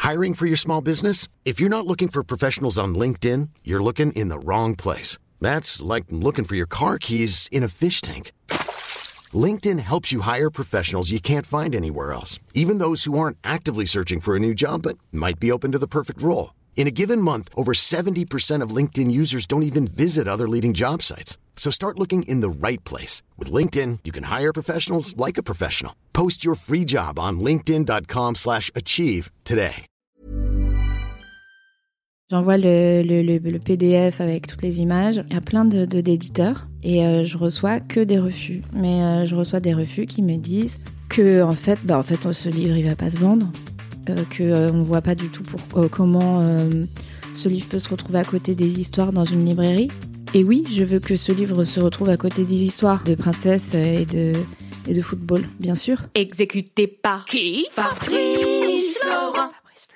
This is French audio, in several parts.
Hiring for your small business? If you're not looking for professionals on LinkedIn, you're looking in the wrong place. That's like looking for your car keys in a fish tank. LinkedIn helps you hire professionals you can't find anywhere else, even those who aren't actively searching for a new job but might be open to the perfect role. In a given month, over 70% of LinkedIn users don't even visit other leading job sites. So start looking in the right place. With LinkedIn, you can hire professionals like a professional. Post your free job on linkedin.com/achieve today. J'envoie le PDF avec toutes les images. Il y a plein d'éditeurs et je reçois que des refus. Mais je reçois des refus qui me disent que en fait, ce livre il va pas se vendre, que on voit pas du tout comment ce livre peut se retrouver à côté des histoires dans une librairie. Et oui, je veux que ce livre se retrouve à côté des histoires de princesses et de football, bien sûr. Exécuté par qui? Fabrice Florent.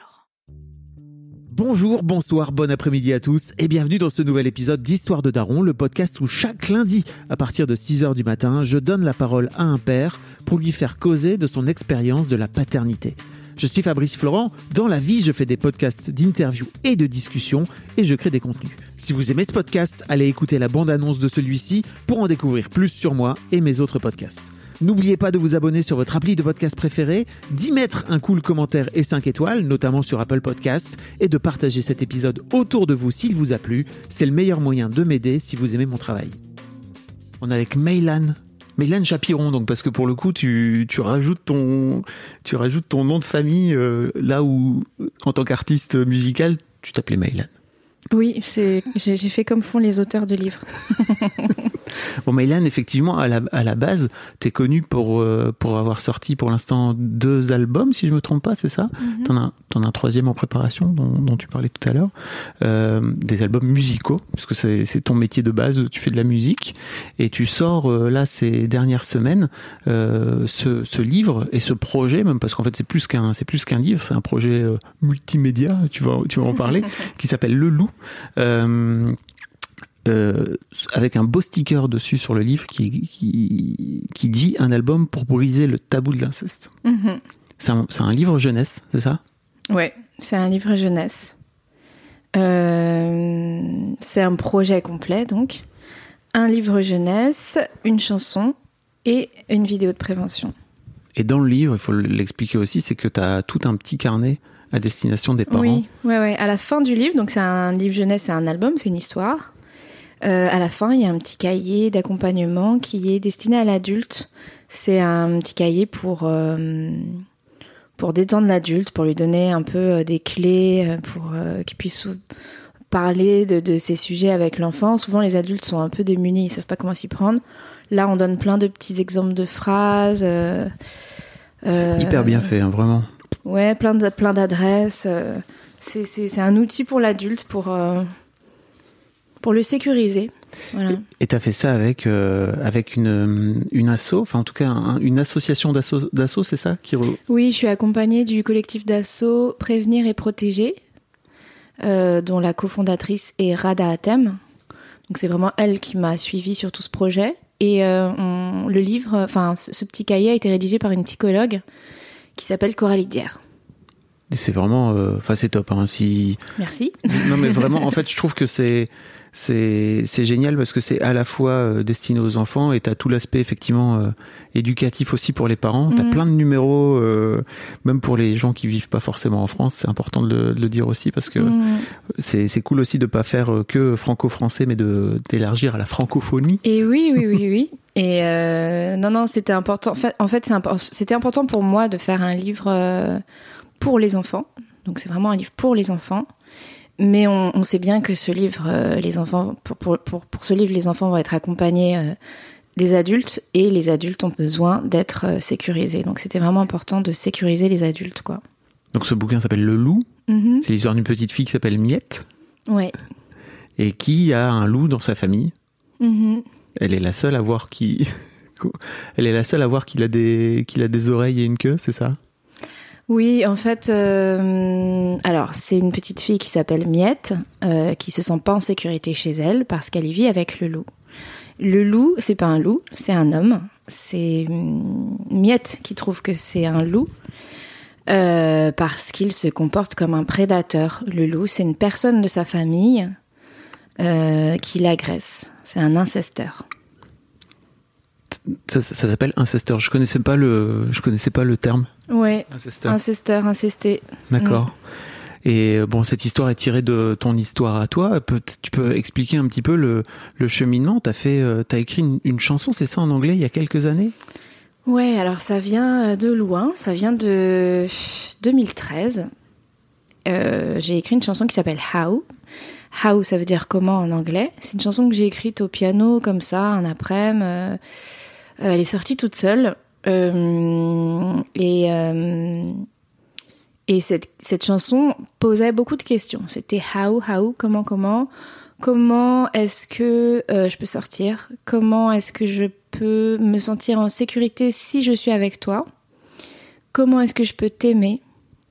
Bonjour, bonsoir, bon après-midi à tous et bienvenue dans ce nouvel épisode d'Histoire de Daron, le podcast où chaque lundi, à partir de 6h du matin, je donne la parole à un père pour lui faire causer de son expérience de la paternité. Je suis Fabrice Florent, dans la vie je fais des podcasts d'interviews et de discussions et je crée des contenus. Si vous aimez ce podcast, allez écouter la bande-annonce de celui-ci pour en découvrir plus sur moi et mes autres podcasts. N'oubliez pas de vous abonner sur votre appli de podcast préféré, d'y mettre un cool commentaire et 5 étoiles, notamment sur Apple Podcasts, et de partager cet épisode autour de vous s'il vous a plu. C'est le meilleur moyen de m'aider si vous aimez mon travail. On est avec Meylan Chapiron, donc parce que pour le coup tu rajoutes ton nom de famille là où en tant qu'artiste musical tu t'appelais Meylan. Oui, j'ai fait comme font les auteurs de livres. Bon, Meylan, effectivement, à la base, t'es connue pour avoir sorti pour l'instant 2 albums, si je me trompe pas, c'est ça? Mm-hmm. T'en as un 3e en préparation, dont tu parlais tout à l'heure. Des albums musicaux, parce que c'est ton métier de base, tu fais de la musique, et tu sors là ces dernières semaines ce livre et ce projet, même parce qu'en fait c'est plus qu'un livre, c'est un projet multimédia, tu vas en parler, qui s'appelle Le Loup. Avec un beau sticker dessus sur le livre qui dit un album pour briser le tabou de l'inceste. Mm-hmm. C'est un livre jeunesse, c'est ça? Ouais, c'est un livre jeunesse. C'est un projet complet, donc. Un livre jeunesse, une chanson et une vidéo de prévention. Et dans le livre, il faut l'expliquer aussi, c'est que tu as tout un petit carnet à destination des parents. Oui, ouais. À la fin du livre, donc c'est un livre jeunesse, c'est un album, c'est une histoire. À la fin, il y a un petit cahier d'accompagnement qui est destiné à l'adulte. C'est un petit cahier pour détendre l'adulte, pour lui donner un peu des clés, pour qu'il puisse parler de ces sujets avec l'enfant. Souvent, les adultes sont un peu démunis, ils savent pas comment s'y prendre. Là, on donne plein de petits exemples de phrases. C'est hyper bien fait, hein, vraiment. Ouais, plein d'adresses. C'est un outil pour l'adulte, pour le sécuriser. Voilà. Et tu as fait ça avec une asso, enfin en tout cas une association d'asso, c'est ça Oui, je suis accompagnée du collectif d'asso Prévenir et Protéger, dont la cofondatrice est Rada Hatem. Donc c'est vraiment elle qui m'a suivie sur tout ce projet. Et le livre, enfin ce petit cahier a été rédigé par une psychologue qui s'appelle Coralie Dière. C'est vraiment, c'est top. Hein, Merci. Non mais vraiment, en fait, je trouve que c'est génial parce que c'est à la fois destiné aux enfants et t'as tout l'aspect effectivement éducatif aussi pour les parents. T'as plein de numéros, même pour les gens qui vivent pas forcément en France. C'est important de le dire aussi parce que c'est cool aussi de pas faire que franco-français, mais d'élargir à la francophonie. Et oui. Et non, c'était important. En fait, c'était important pour moi de faire un livre pour les enfants. Donc c'est vraiment un livre pour les enfants. Mais on sait bien que ce livre, les enfants, pour ce livre, les enfants vont être accompagnés des adultes et les adultes ont besoin d'être sécurisés. Donc c'était vraiment important de sécuriser les adultes, quoi. Donc ce bouquin s'appelle Le Loup. Mm-hmm. C'est l'histoire d'une petite fille qui s'appelle Miette. Ouais. Et qui a un loup dans sa famille. Mm-hmm. Elle est la seule à voir qu'il a des oreilles et une queue, c'est ça? Oui, en fait, alors c'est une petite fille qui s'appelle Miette, qui se sent pas en sécurité chez elle parce qu'elle y vit avec le loup. Le loup, c'est pas un loup, c'est un homme. C'est Miette qui trouve que c'est un loup. parce qu'il se comporte comme un prédateur. Le loup, c'est une personne de sa famille qui l'agresse. C'est un incesteur. Ça s'appelle incesteur. Je connaissais pas le terme. Ouais, Incesteur. incesteur, incesté. D'accord. Et bon, cette histoire est tirée de ton histoire à toi. Tu peux expliquer un petit peu le cheminement. T'as écrit une chanson, c'est ça, en anglais, il y a quelques années? Ouais, alors ça vient de loin. Ça vient de 2013. J'ai écrit une chanson qui s'appelle How. How, ça veut dire comment en anglais. C'est une chanson que j'ai écrite au piano, comme ça, un après-midi. Elle est sortie toute seule. Et cette chanson posait beaucoup de questions. C'était how, comment est-ce que je peux sortir? Comment est-ce que je peux me sentir en sécurité si je suis avec toi? Comment est-ce que je peux t'aimer?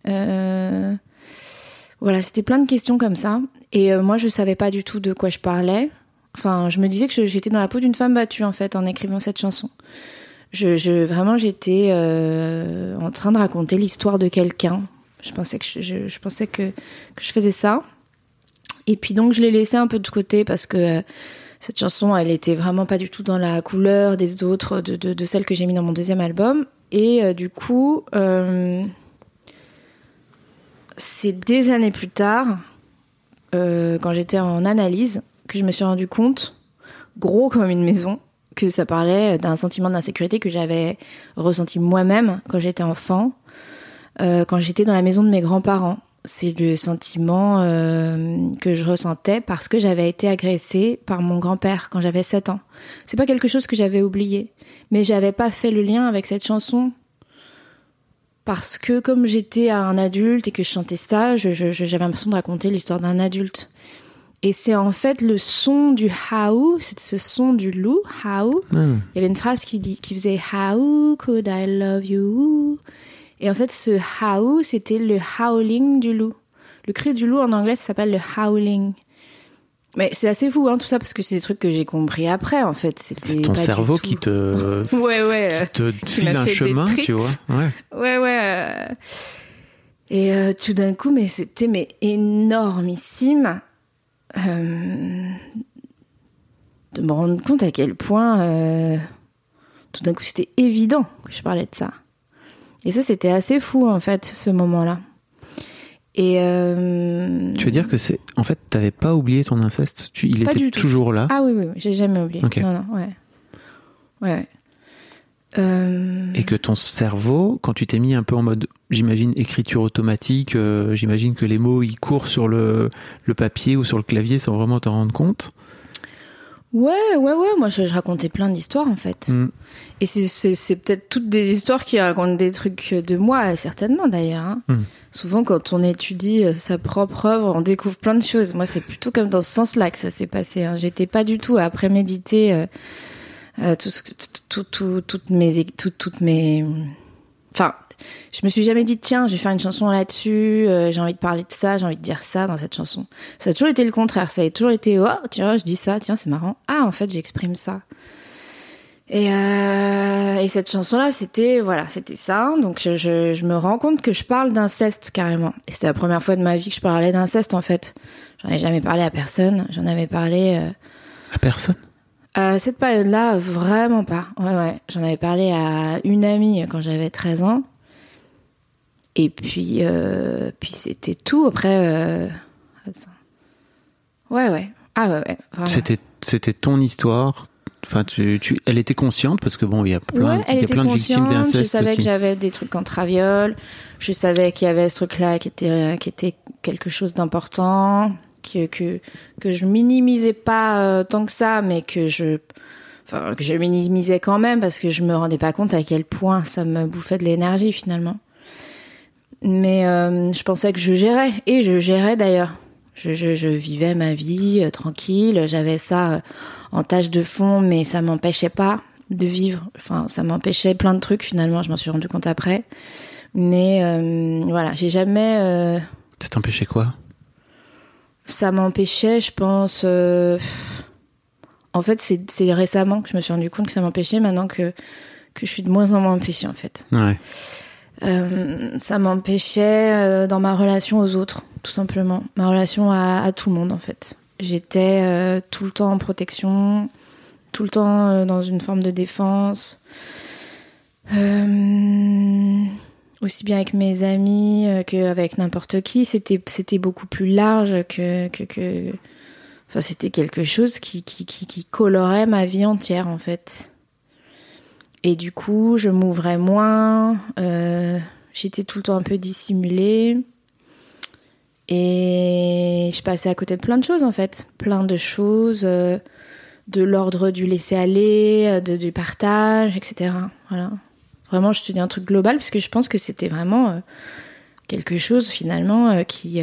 Voilà, c'était plein de questions comme ça. Et moi, je savais pas du tout de quoi je parlais. Enfin, je me disais que j'étais dans la peau d'une femme battue, en fait, en écrivant cette chanson. Vraiment, j'étais en train de raconter l'histoire de quelqu'un. Je pensais que je faisais ça. Et puis donc, je l'ai laissée un peu de côté parce que cette chanson, elle était vraiment pas du tout dans la couleur des autres, de celle que j'ai mis dans mon deuxième album. Et du coup, c'est des années plus tard, quand j'étais en analyse, que je me suis rendu compte, gros comme une maison, que ça parlait d'un sentiment d'insécurité que j'avais ressenti moi-même quand j'étais enfant, quand j'étais dans la maison de mes grands-parents. C'est le sentiment que je ressentais parce que j'avais été agressée par mon grand-père quand j'avais 7 ans. C'est pas quelque chose que j'avais oublié, mais j'avais pas fait le lien avec cette chanson parce que comme j'étais un adulte et que je chantais ça, j'avais l'impression de raconter l'histoire d'un adulte. Et c'est en fait le son du how, c'est ce son du loup, how. Il y avait une phrase qui faisait how could I love you? Et en fait, ce how, c'était le howling du loup. Le cri du loup en anglais, ça s'appelle le howling. Mais c'est assez fou, hein, tout ça, parce que c'est des trucs que j'ai compris après, en fait. C'est ton cerveau qui te, qui file un chemin, tu vois. Ouais. Et tout d'un coup, mais c'était énormissime. De me rendre compte à quel point tout d'un coup c'était évident que je parlais de ça. Et ça, c'était assez fou en fait, ce moment-là. Et tu veux dire que en fait, t'avais pas oublié ton inceste, il était toujours là? Ah oui, j'ai jamais oublié. Okay. Non, ouais. Et que ton cerveau, quand tu t'es mis un peu en mode, j'imagine, écriture automatique, j'imagine que les mots ils courent sur le papier ou sur le clavier sans vraiment t'en rendre compte. Ouais. Moi, je racontais plein d'histoires en fait. Et c'est peut-être toutes des histoires qui racontent des trucs de moi, certainement d'ailleurs. Hein. Souvent, quand on étudie sa propre œuvre, on découvre plein de choses. Moi, c'est plutôt comme dans ce sens-là que ça s'est passé. Hein. J'étais pas du tout à préméditer. Toutes mes enfin, je me suis jamais dit tiens, je vais faire une chanson là-dessus, j'ai envie de parler de ça, j'ai envie de dire ça dans cette chanson. Ça a toujours été le contraire, ça a toujours été oh tiens, je dis ça, tiens, c'est marrant. Ah, en fait, j'exprime ça. Et cette chanson-là, c'était ça. Donc je me rends compte que je parle d'inceste carrément. Et c'était la première fois de ma vie que je parlais d'inceste en fait. J'en avais jamais parlé à personne, j'en avais parlé à personne. Cette période-là, vraiment pas. Ouais. J'en avais parlé à une amie quand j'avais 13 ans. Et puis c'était tout. Après, ouais. Ah ouais. Vraiment. C'était ton histoire. Enfin, elle était consciente parce que bon, il y a plein de victimes d'inceste. Je savais que j'avais des trucs en traviole. Je savais qu'il y avait ce truc-là qui était quelque chose d'important. Que je minimisais pas tant que ça, mais que je minimisais quand même parce que je me rendais pas compte à quel point ça me bouffait de l'énergie finalement. Mais je pensais que je gérais, et je gérais d'ailleurs. Je vivais ma vie tranquille, j'avais ça en tâche de fond, mais ça m'empêchait pas de vivre. Enfin, ça m'empêchait plein de trucs finalement, je m'en suis rendu compte après. Mais voilà, j'ai jamais... Ça t'empêchait quoi ? Ça m'empêchait, je pense... En fait, c'est récemment que je me suis rendu compte que ça m'empêchait, maintenant que je suis de moins en moins empêchée, en fait. Ouais. Ça m'empêchait dans ma relation aux autres, tout simplement. Ma relation à tout le monde, en fait. J'étais tout le temps en protection, tout le temps dans une forme de défense. Aussi bien avec mes amis qu'avec n'importe qui. C'était beaucoup plus large que... Enfin, c'était quelque chose qui colorait ma vie entière, en fait. Et du coup, je m'ouvrais moins. J'étais tout le temps un peu dissimulée. Et je passais à côté de plein de choses, en fait. Plein de choses, de l'ordre du laisser-aller, du partage, etc. Voilà. Vraiment, je te dis un truc global, parce que je pense que c'était vraiment quelque chose, finalement, qui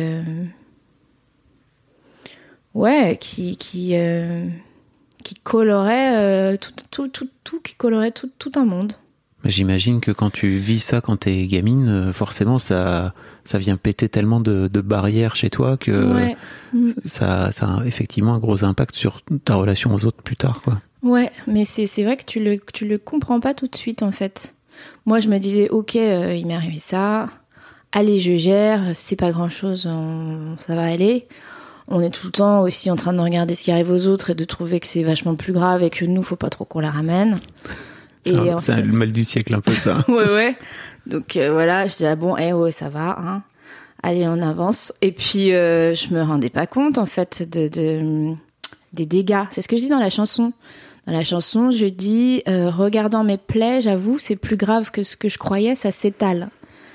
colorait qui colorait tout un monde. J'imagine que quand tu vis ça quand t'es gamine, forcément ça vient péter tellement de barrières chez toi que ça a effectivement un gros impact sur ta relation aux autres plus tard, quoi. Ouais, mais c'est vrai que tu le comprends pas tout de suite, en fait. Moi, je me disais, ok, il m'est arrivé ça, allez, je gère, c'est pas grand-chose, ça va aller. On est tout le temps aussi en train de regarder ce qui arrive aux autres et de trouver que c'est vachement plus grave et que nous, faut pas trop qu'on la ramène. C'est le mal du siècle, un peu ça. ouais. Donc voilà, je disais, bon, ouais, ça va, hein. Allez, on avance. Et puis, je me rendais pas compte, en fait, des dégâts. C'est ce que je dis dans la chanson. Dans la chanson, je dis, regardant mes plaies, j'avoue, c'est plus grave que ce que je croyais, ça s'étale.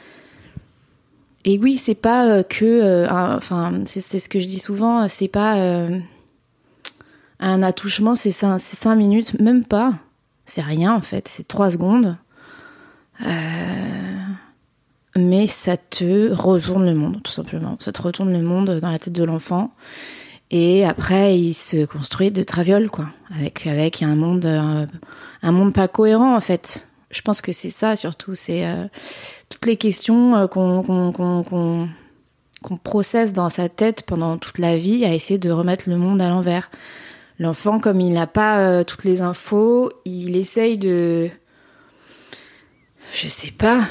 Et oui, c'est pas c'est ce que je dis souvent, c'est pas un attouchement, c'est 5 minutes, même pas. C'est rien, en fait, c'est 3 secondes. Mais ça te retourne le monde, tout simplement. Ça te retourne le monde dans la tête de l'enfant. Et après, il se construit de travioles, quoi. Avec un monde pas cohérent, en fait. Je pense que c'est ça, surtout. C'est toutes les questions qu'on processe dans sa tête pendant toute la vie à essayer de remettre le monde à l'envers. L'enfant, comme il n'a pas toutes les infos, il essaye de... Je sais pas.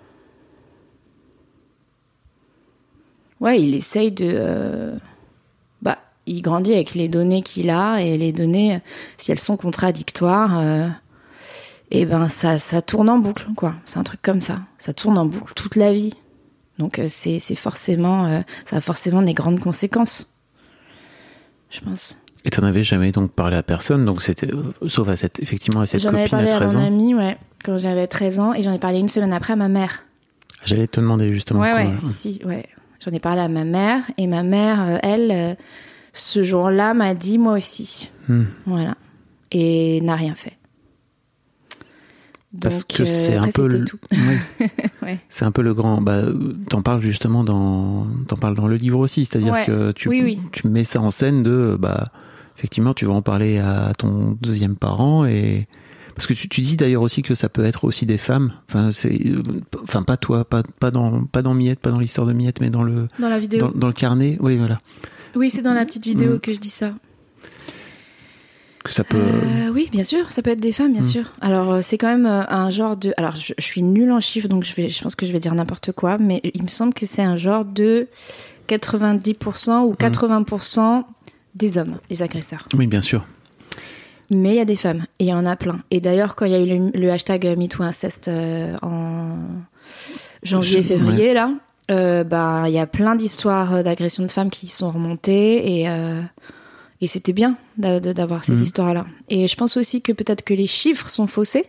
Ouais, il essaye de... il grandit avec les données qu'il a, et les données, si elles sont contradictoires, et ben ça tourne en boucle, quoi. C'est un truc comme ça. Ça tourne en boucle toute la vie. Donc c'est forcément... ça a forcément des grandes conséquences, je pense. Et t'en avais jamais donc parlé à personne, donc c'était sauf à cette copine à 13 ans. J'en avais parlé à mon amie, ouais, quand j'avais 13 ans, et j'en ai parlé une semaine après à ma mère. J'allais te demander justement. Ouais. J'en ai parlé à ma mère, et ma mère, elle, ce jour-là, m'a dit moi aussi. Voilà. Et n'a rien fait. Parce donc, que c'est un peu tout. Ouais. C'est un peu le grand. T'en parles justement t'en parles dans le livre aussi, c'est-à-dire que tu mets ça en scène de effectivement, tu vas en parler à ton deuxième parent, et parce que tu dis d'ailleurs aussi que ça peut être aussi des femmes. Enfin pas toi, pas dans Miette, pas dans l'histoire de Miette, mais dans la vidéo, dans le carnet. Oui, voilà. Oui, c'est dans la petite vidéo que je dis ça. Que ça peut... oui, bien sûr, ça peut être des femmes, bien sûr. Alors, c'est quand même un genre de... Alors, je suis nulle en chiffres, donc je pense que je vais dire n'importe quoi, mais il me semble que c'est un genre de 90% ou 80% des hommes, les agresseurs. Oui, bien sûr. Mais il y a des femmes, et il y en a plein. Et d'ailleurs, quand il y a eu le hashtag MeTooInceste en janvier-février, là, il y a plein d'histoires d'agressions de femmes qui sont remontées, et c'était bien d'avoir ces histoires-là. Et je pense aussi que peut-être que les chiffres sont faussés,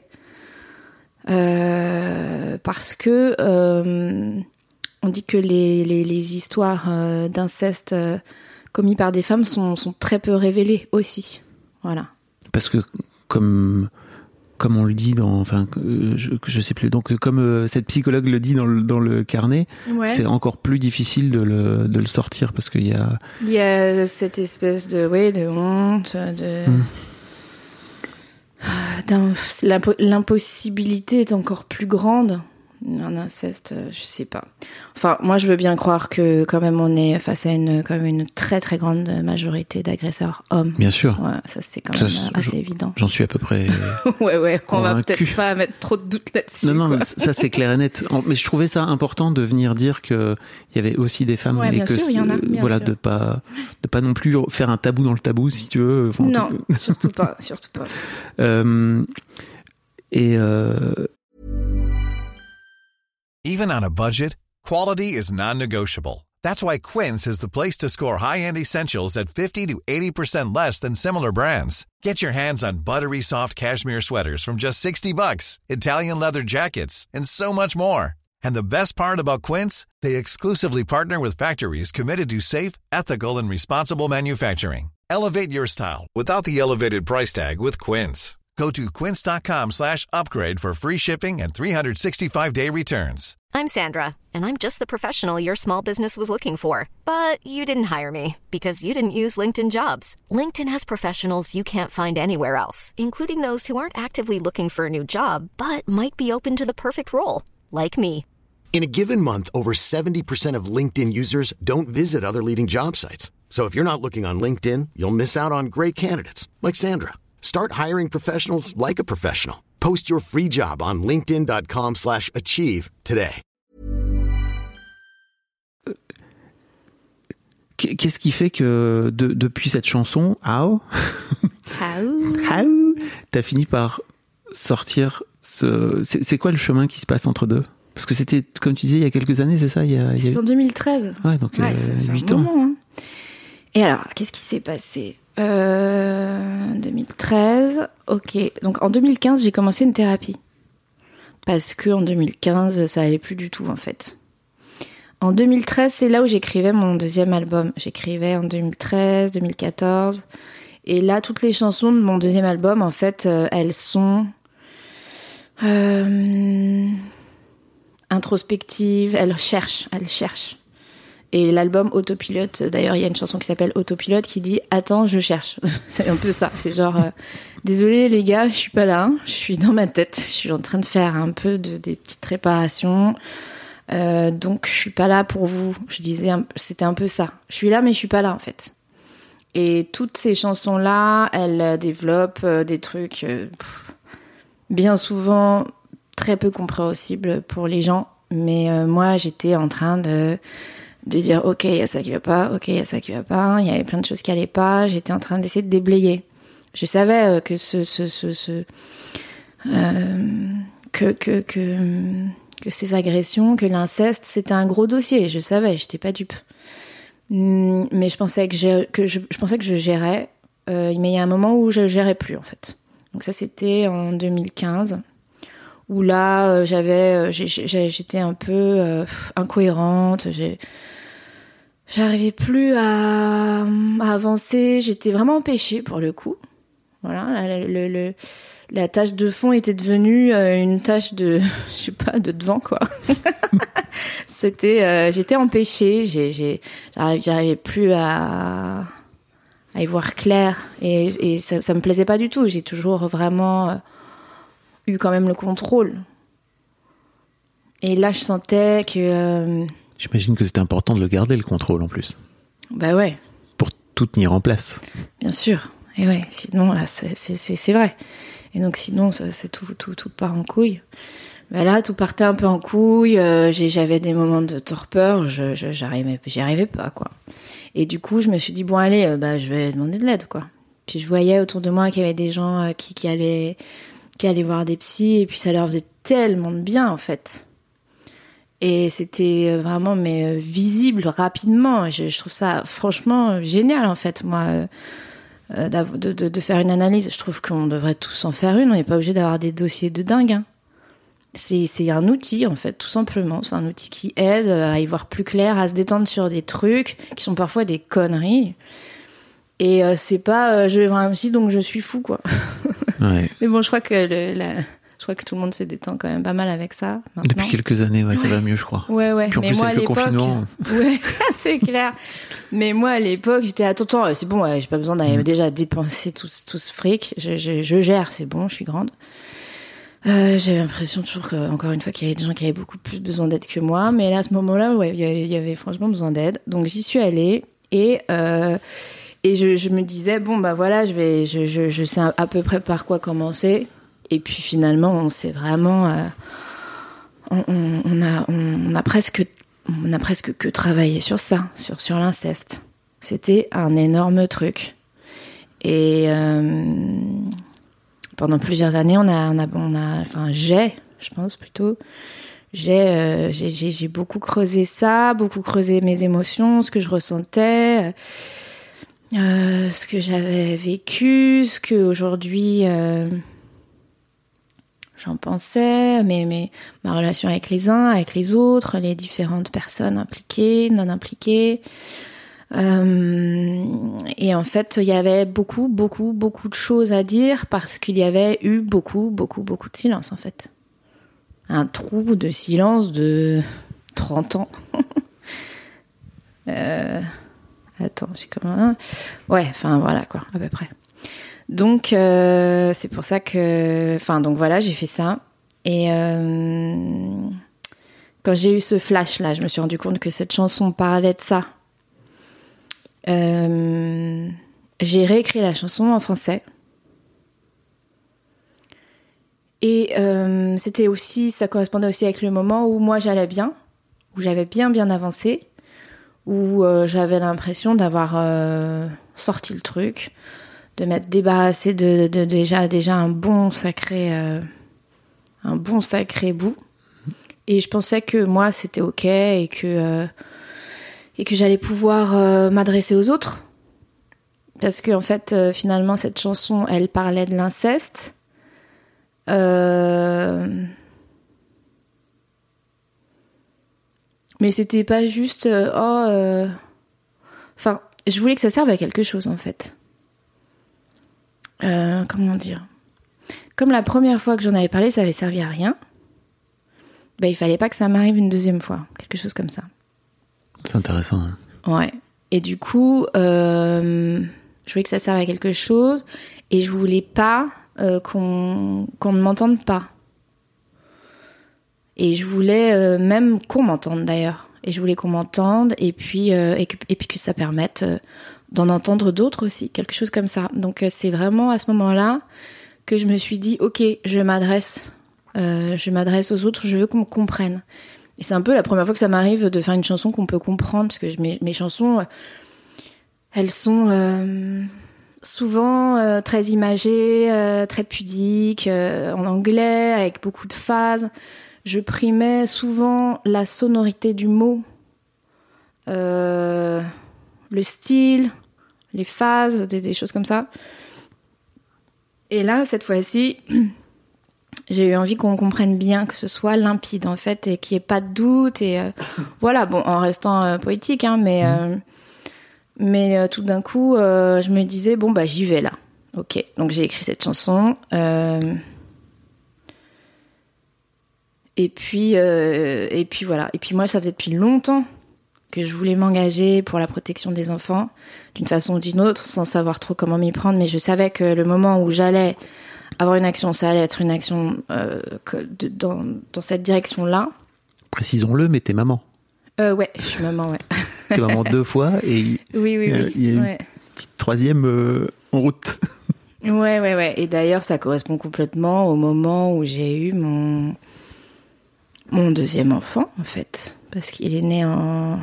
parce que on dit que les histoires d'inceste commis par des femmes sont très peu révélées aussi. Voilà. Parce que comme on le dit je sais plus, donc comme cette psychologue le dit dans le carnet, c'est encore plus difficile de le sortir, parce qu'il y a cette espèce de honte, l'impossibilité est encore plus grande Un inceste, je sais pas. Enfin, moi, je veux bien croire que quand même on est face à quand même une très très grande majorité d'agresseurs hommes. Bien sûr. Ouais, ça c'est quand même assez évident. J'en suis à peu près. ouais, on va convaincu. peut-être pas mettre trop de doutes là-dessus. Non, quoi. mais ça c'est clair et net. Mais je trouvais ça important de venir dire que il y avait aussi des femmes, ouais, et bien que sûr, il y en a, voilà, sûr. de pas non plus faire un tabou dans le tabou, si tu veux. Enfin, non, surtout pas, surtout pas. Even on a budget, quality is non-negotiable. That's why Quince is the place to score high-end essentials at 50 to 80% less than similar brands. Get your hands on buttery soft cashmere sweaters from just $60, Italian leather jackets, and so much more. And the best part about Quince, they exclusively partner with factories committed to safe, ethical, and responsible manufacturing. Elevate your style without the elevated price tag with Quince. Go to quince.com/upgrade for free shipping and 365-day returns. I'm Sandra, and I'm just the professional your small business was looking for. But you didn't hire me because you didn't use LinkedIn Jobs. LinkedIn has professionals you can't find anywhere else, including those who aren't actively looking for a new job, but might be open to the perfect role, like me. In a given month, over 70% of LinkedIn users don't visit other leading job sites. So if you're not looking on LinkedIn, you'll miss out on great candidates like Sandra. Start hiring professionals like a professional. Post your free job on linkedin.com/achieve today. Qu'est-ce qui fait que depuis cette chanson, How, t'as fini par sortir c'est quoi le chemin qui se passe entre deux? Parce que c'était, comme tu disais, il y a quelques années, c'est ça? C'était en 2013. Ouais, donc ça fait 8 un ans. moment, hein. Et alors, qu'est-ce qui s'est passé 2013, ok. Donc en 2015, j'ai commencé une thérapie. Parce que en 2015, ça allait plus du tout, en fait. En 2013, c'est là où j'écrivais mon deuxième album. J'écrivais en 2013, 2014. Et là, toutes les chansons de mon deuxième album, en fait, elles sont introspectives. Elles cherchent. Et l'album Autopilote, d'ailleurs, il y a une chanson qui s'appelle Autopilote qui dit « Attends, je cherche ». C'est un peu ça. C'est genre désolé les gars, je suis pas là. Je suis dans ma tête. Je suis en train de faire un peu des petites réparations. Donc, je suis pas là pour vous. Je disais, c'était un peu ça. Je suis là, mais je suis pas là, en fait. Et toutes ces chansons-là, elles développent des trucs bien souvent très peu compréhensibles pour les gens. Mais moi, j'étais en train de dire ok, il y a ça qui va pas, ok, il y a ça qui va pas, il y avait plein de choses qui allaient pas, j'étais en train d'essayer de déblayer. Je savais que que ces agressions, que l'inceste, c'était un gros dossier, je savais, j'étais pas dupe. Mais je pensais que je gérais, mais il y a un moment où je gérais plus en fait. Donc ça c'était en 2015. Où là, j'étais un peu incohérente, j'arrivais plus à avancer, j'étais vraiment empêchée pour le coup. Voilà, la tâche de fond était devenue une tâche de, je sais pas, de devant quoi. J'étais empêchée, j'arrivais plus à y voir clair et ça me plaisait pas du tout. J'ai toujours vraiment eu quand même le contrôle. Et là, je sentais que... J'imagine que c'était important de le garder, le contrôle, en plus. Bah ouais. Pour tout tenir en place. Bien sûr. Et ouais, sinon, là, c'est vrai. Et donc, sinon, ça, c'est tout part en couille. Bah là, tout partait un peu en couille. J'avais des moments de torpeur. J'y arrivais pas, quoi. Et du coup, je me suis dit, bon, allez, je vais demander de l'aide, quoi. Puis je voyais autour de moi qu'il y avait des gens qui allaient voir des psys, et puis ça leur faisait tellement de bien, en fait. Et c'était vraiment visible rapidement. Je trouve ça franchement génial, en fait, moi, de faire une analyse. Je trouve qu'on devrait tous en faire une. On n'est pas obligé d'avoir des dossiers de dingue. Hein. C'est un outil, en fait, tout simplement. C'est un outil qui aide à y voir plus clair, à se détendre sur des trucs qui sont parfois des conneries. Et c'est pas je vais voir un psy donc je suis fou, quoi. Ouais. Mais bon, je crois que tout le monde se détend quand même pas mal avec ça maintenant. Depuis quelques années, ouais, ça va mieux, je crois. Ouais. Puis en mais plus, moi, avec le confinement... ouais, c'est clair. Mais moi, à l'époque, j'étais attends, c'est bon, j'ai pas besoin d'aller déjà dépenser tout ce fric. Je gère, c'est bon, je suis grande. J'avais l'impression toujours encore une fois qu'il y avait des gens qui avaient beaucoup plus besoin d'aide que moi, mais là à ce moment-là, ouais, il y avait franchement besoin d'aide. Donc j'y suis allée et je me disais bon bah voilà, je sais à peu près par quoi commencer. Et puis finalement, on s'est vraiment on a presque que travaillé sur ça, sur l'inceste. C'était un énorme truc. Et pendant plusieurs années, j'ai beaucoup creusé ça, beaucoup creusé mes émotions, ce que je ressentais, ce que j'avais vécu, ce que aujourd'hui j'en pensais, ma relation avec les uns, avec les autres, les différentes personnes impliquées, non impliquées. Et en fait, il y avait beaucoup de choses à dire parce qu'il y avait eu beaucoup de silence, en fait. Un trou de silence de 30 ans. Attends, j'ai comment... Ouais, enfin, voilà, quoi, à peu près. Donc, c'est pour ça que... Enfin, donc voilà, j'ai fait ça. Et quand j'ai eu ce flash-là, je me suis rendu compte que cette chanson parlait de ça. J'ai réécrit la chanson en français et ça correspondait aussi avec le moment où moi j'allais bien, où j'avais bien avancé, où j'avais l'impression d'avoir sorti le truc, de m'être débarrassée de déjà un bon sacré bout, et je pensais que moi c'était ok et que j'allais pouvoir m'adresser aux autres. Parce que en fait, finalement, cette chanson, elle parlait de l'inceste. Mais c'était pas juste... Enfin, je voulais que ça serve à quelque chose, en fait. Comment dire ? Comme la première fois que j'en avais parlé, ça avait servi à rien. Bah, il fallait pas que ça m'arrive une deuxième fois. Quelque chose comme ça. C'est intéressant. Hein. Ouais. Et du coup, je voulais que ça serve à quelque chose et je voulais pas qu'on ne m'entende pas. Et je voulais même qu'on m'entende d'ailleurs. Et je voulais qu'on m'entende et puis que ça permette d'en entendre d'autres aussi, quelque chose comme ça. Donc c'est vraiment à ce moment-là que je me suis dit, ok, je m'adresse aux autres, je veux qu'on me comprenne. Et c'est un peu la première fois que ça m'arrive de faire une chanson qu'on peut comprendre, parce que mes chansons, elles sont souvent très imagées, très pudiques, en anglais, avec beaucoup de phases. Je primais souvent la sonorité du mot, le style, les phases, des choses comme ça. Et là, cette fois-ci... J'ai eu envie qu'on comprenne bien, que ce soit limpide en fait, et qu'il n'y ait pas de doute. Et voilà, bon, en restant poétique, hein, mais tout d'un coup, je me disais bon bah j'y vais là. Ok, donc j'ai écrit cette chanson. Et puis voilà. Et puis moi, ça faisait depuis longtemps que je voulais m'engager pour la protection des enfants, d'une façon ou d'une autre, sans savoir trop comment m'y prendre. Mais je savais que le moment où j'allais avoir une action, ça allait être une action dans cette direction-là. Précisons-le, mais t'es maman. Ouais, je suis maman, ouais. T'es maman 2 fois et oui. Il y a une petite troisième en route. Ouais. Et d'ailleurs, ça correspond complètement au moment où j'ai eu mon deuxième enfant, en fait. Parce qu'il est né en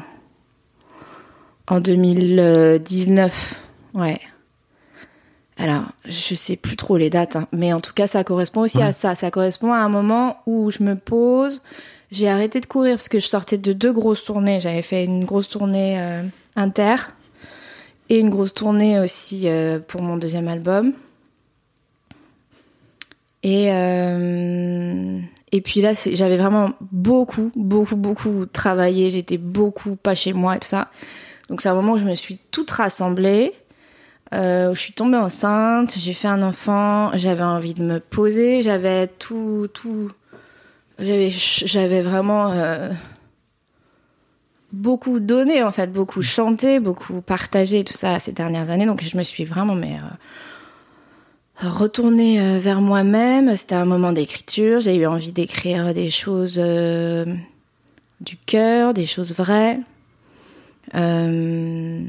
2019. Ouais. Alors, je sais plus trop les dates, hein, mais en tout cas, ça correspond aussi à ça. Ça correspond à un moment où je me pose. J'ai arrêté de courir parce que je sortais de 2 grosses tournées. J'avais fait une grosse tournée inter et une grosse tournée aussi pour mon deuxième album. Et puis là, j'avais vraiment beaucoup travaillé. J'étais beaucoup pas chez moi et tout ça. Donc c'est un moment où je me suis toute rassemblée. Où je suis tombée enceinte, j'ai fait un enfant, j'avais envie de me poser, j'avais tout, j'avais vraiment beaucoup donné en fait, beaucoup chanté, beaucoup partagé tout ça ces dernières années, donc je me suis vraiment retourner vers moi-même. C'était un moment d'écriture. J'ai eu envie d'écrire des choses du cœur, des choses vraies. Je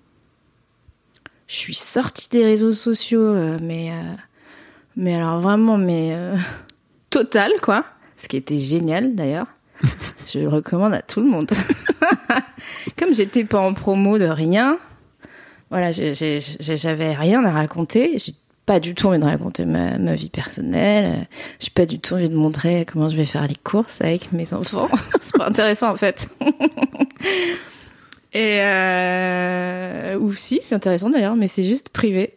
suis sortie des réseaux sociaux, mais alors vraiment, total, quoi. Ce qui était génial, d'ailleurs. Je le recommande à tout le monde. Comme j'étais pas en promo de rien, voilà, j'avais rien à raconter. J'ai pas du tout envie de raconter ma vie personnelle. J'ai pas du tout envie de montrer comment je vais faire les courses avec mes enfants. C'est pas intéressant, en fait. Et ou si, c'est intéressant d'ailleurs, mais c'est juste privé.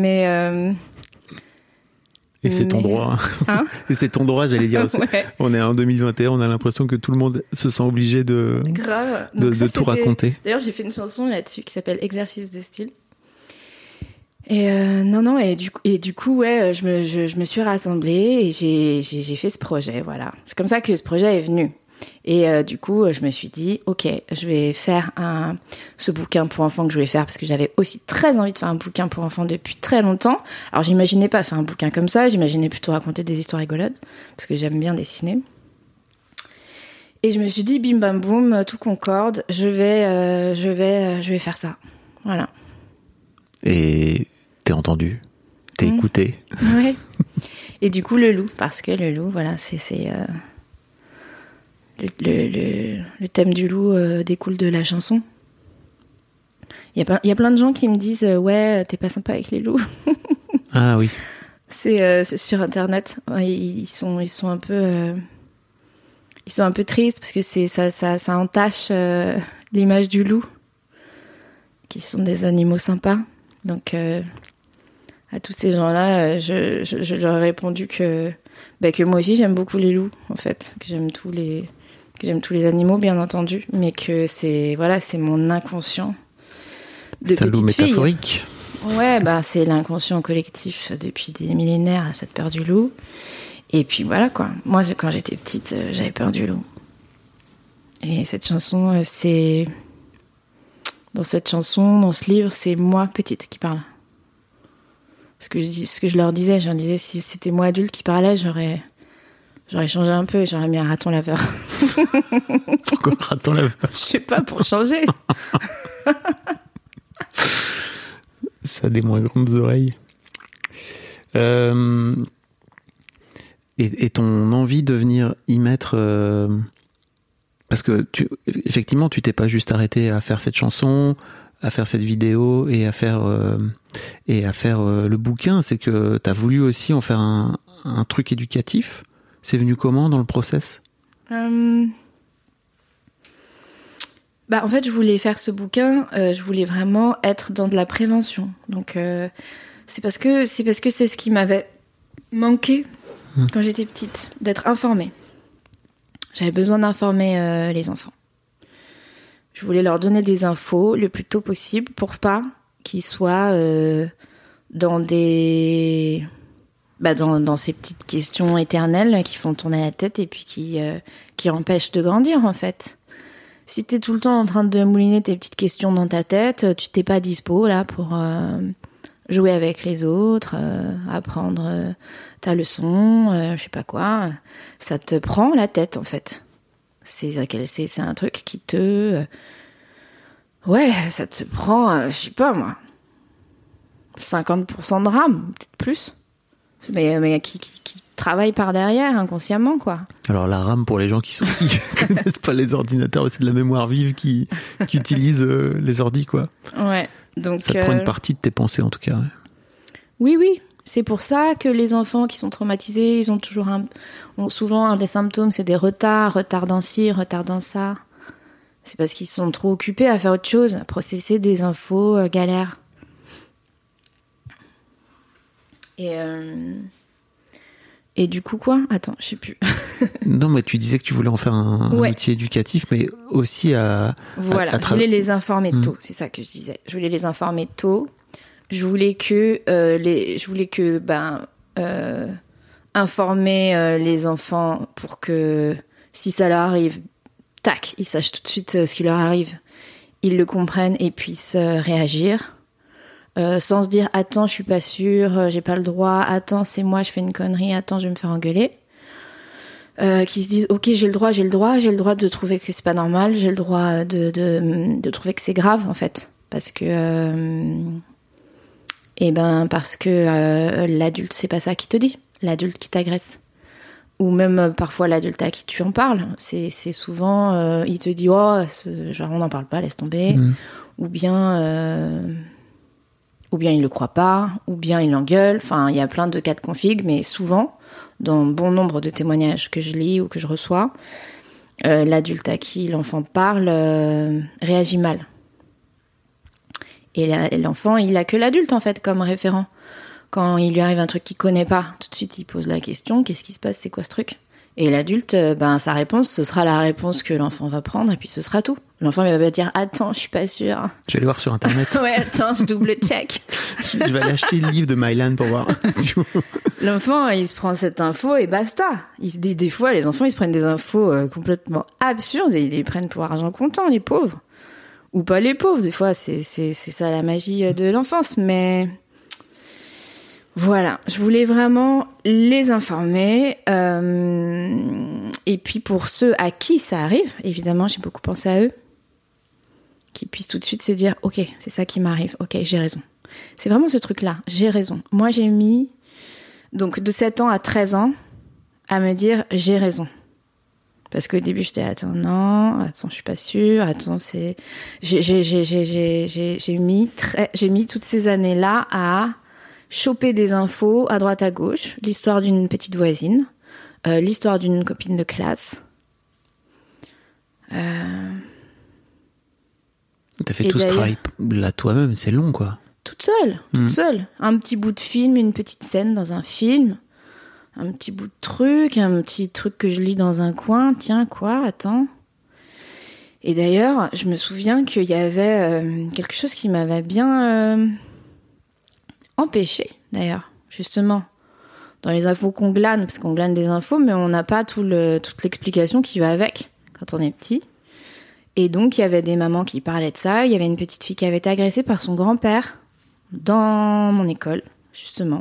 Et c'est ton droit. Hein? Et c'est ton droit, j'allais dire. Ouais. On est en 2021, on a l'impression que tout le monde se sent obligé de tout raconter. D'ailleurs, j'ai fait une chanson là-dessus qui s'appelle Exercice de style. Et non, et du coup, ouais, je me suis rassemblée et j'ai fait ce projet, voilà. C'est comme ça que ce projet est venu. Et du coup, je me suis dit, ok, je vais faire ce bouquin pour enfants que je voulais faire parce que j'avais aussi très envie de faire un bouquin pour enfants depuis très longtemps. Alors, j'imaginais pas faire un bouquin comme ça, j'imaginais plutôt raconter des histoires rigolotes parce que j'aime bien dessiner. Et je me suis dit, bim bam boum, tout concorde, je vais faire ça. Voilà. Et t'es entendu, t'es écouté. Ouais. Et du coup, le loup, parce que le loup, voilà, c'est le thème du loup découle de la chanson. Il y a plein de gens qui me disent ouais, t'es pas sympa avec les loups. Ah oui. C'est sur internet. Ils sont un peu tristes parce que ça entache l'image du loup, qui sont des animaux sympas. Donc à tous ces gens-là, je leur ai répondu que moi aussi j'aime beaucoup les loups, en fait, que j'aime tous les animaux, bien entendu, mais que c'est mon inconscient de petite fille. C'est un loup métaphorique. Ouais, c'est l'inconscient collectif depuis des millénaires, cette peur du loup. Et puis voilà, quoi. Moi, quand j'étais petite, j'avais peur du loup. Et cette chanson, dans ce livre, c'est moi petite qui parle. Ce que je leur disais, si c'était moi adulte qui parlais, j'aurais changé un peu, j'aurais mis un raton laveur. Pourquoi un raton laveur? Je sais pas, pour changer. Ça a des moins grandes oreilles. Et ton envie de venir y mettre... parce que effectivement, tu t'es pas juste arrêté à faire cette chanson, à faire cette vidéo et à faire le bouquin. C'est que tu as voulu aussi en faire un truc éducatif. C'est venu comment dans le process? En fait, je voulais faire ce bouquin, je voulais vraiment être dans de la prévention. Donc, c'est parce que c'est ce qui m'avait manqué quand j'étais petite, d'être informée. J'avais besoin d'informer les enfants. Je voulais leur donner des infos le plus tôt possible pour pas qu'ils soient dans dans ces petites questions éternelles qui font tourner la tête et puis qui empêchent de grandir, en fait. Si t'es tout le temps en train de mouliner tes petites questions dans ta tête, tu t'es pas dispo là pour jouer avec les autres, apprendre ta leçon, je sais pas quoi. Ça te prend la tête, en fait. C'est un truc qui te... ouais, ça te prend, je sais pas moi, 50% de RAM, peut-être plus. Mais qui travaille par derrière, inconsciemment, quoi. Alors la RAM, pour les gens qui connaissent pas les ordinateurs, c'est de la mémoire vive qui utilise les ordis, quoi. Ouais, donc... Ça te prend une partie de tes pensées, en tout cas. Ouais. Oui. C'est pour ça que les enfants qui sont traumatisés, ils ont souvent un des symptômes, c'est des retard dans ci, retard dans ça. C'est parce qu'ils sont trop occupés à faire autre chose, à processer des infos galères. Et du coup, quoi? Attends, je sais plus. Non, mais tu disais que tu voulais en faire un outil éducatif, mais aussi Voilà, je voulais les informer tôt, c'est ça que je disais. Je voulais les informer tôt. Je voulais que informer les enfants pour que si ça leur arrive, tac, ils sachent tout de suite ce qui leur arrive, ils le comprennent et puissent réagir. sans se dire attends, je suis pas sûre, j'ai pas le droit, attends, c'est moi, je fais une connerie, attends, je vais me faire engueuler. Qui se disent ok, j'ai le droit de trouver que c'est pas normal, j'ai le droit de trouver que c'est grave en fait, parce que l'adulte c'est pas ça qui te dit, l'adulte qui t'agresse, ou même parfois l'adulte à qui tu en parles, c'est souvent il te dit genre on n'en parle pas, laisse tomber, ou bien il le croit pas, ou bien il l'engueule, enfin il y a plein de cas de config, mais souvent dans bon nombre de témoignages que je lis ou que je reçois, l'adulte à qui l'enfant parle réagit mal. Et l'enfant, il a que l'adulte en fait comme référent. Quand il lui arrive un truc qu'il connaît pas, tout de suite il pose la question, qu'est-ce qui se passe, c'est quoi ce truc ? Et l'adulte, sa réponse, ce sera la réponse que l'enfant va prendre, et puis ce sera tout. L'enfant il va dire attends, je suis pas sûre. Je vais aller voir sur internet. Ouais, attends, je double check. Je vais aller acheter le livre de Mylan pour voir. L'enfant, il se prend cette info et basta. Il se dit, des fois, les enfants, ils se prennent des infos complètement absurdes et ils les prennent pour argent comptant, les pauvres. Ou pas les pauvres, des fois, c'est ça la magie de l'enfance. Mais voilà, je voulais vraiment les informer. Et puis pour ceux à qui ça arrive, évidemment, j'ai beaucoup pensé à eux, qui puissent tout de suite se dire, ok, c'est ça qui m'arrive, ok, j'ai raison. C'est vraiment ce truc-là, j'ai raison. Moi, j'ai mis, donc de 7 ans à 13 ans, à me dire, j'ai raison. Parce qu'au début, j'étais, attends, je suis pas sûre, attends, c'est... J'ai mis toutes ces années-là à choper des infos à droite à gauche, l'histoire d'une petite voisine, l'histoire d'une copine de classe. T'as fait tout ce travail là toi-même, c'est long quoi. Toute seule. Un petit bout de film, une petite scène dans un film, un petit bout de truc, un petit truc que je lis dans un coin. Tiens, quoi, attends. Et d'ailleurs, je me souviens qu'il y avait quelque chose qui m'avait bien empêché, d'ailleurs, justement. Dans les infos qu'on glane, parce qu'on glane des infos, mais on n'a pas toute l'explication qui va avec quand on est petit. Et donc, il y avait des mamans qui parlaient de ça. Il y avait une petite fille qui avait été agressée par son grand-père dans mon école, justement.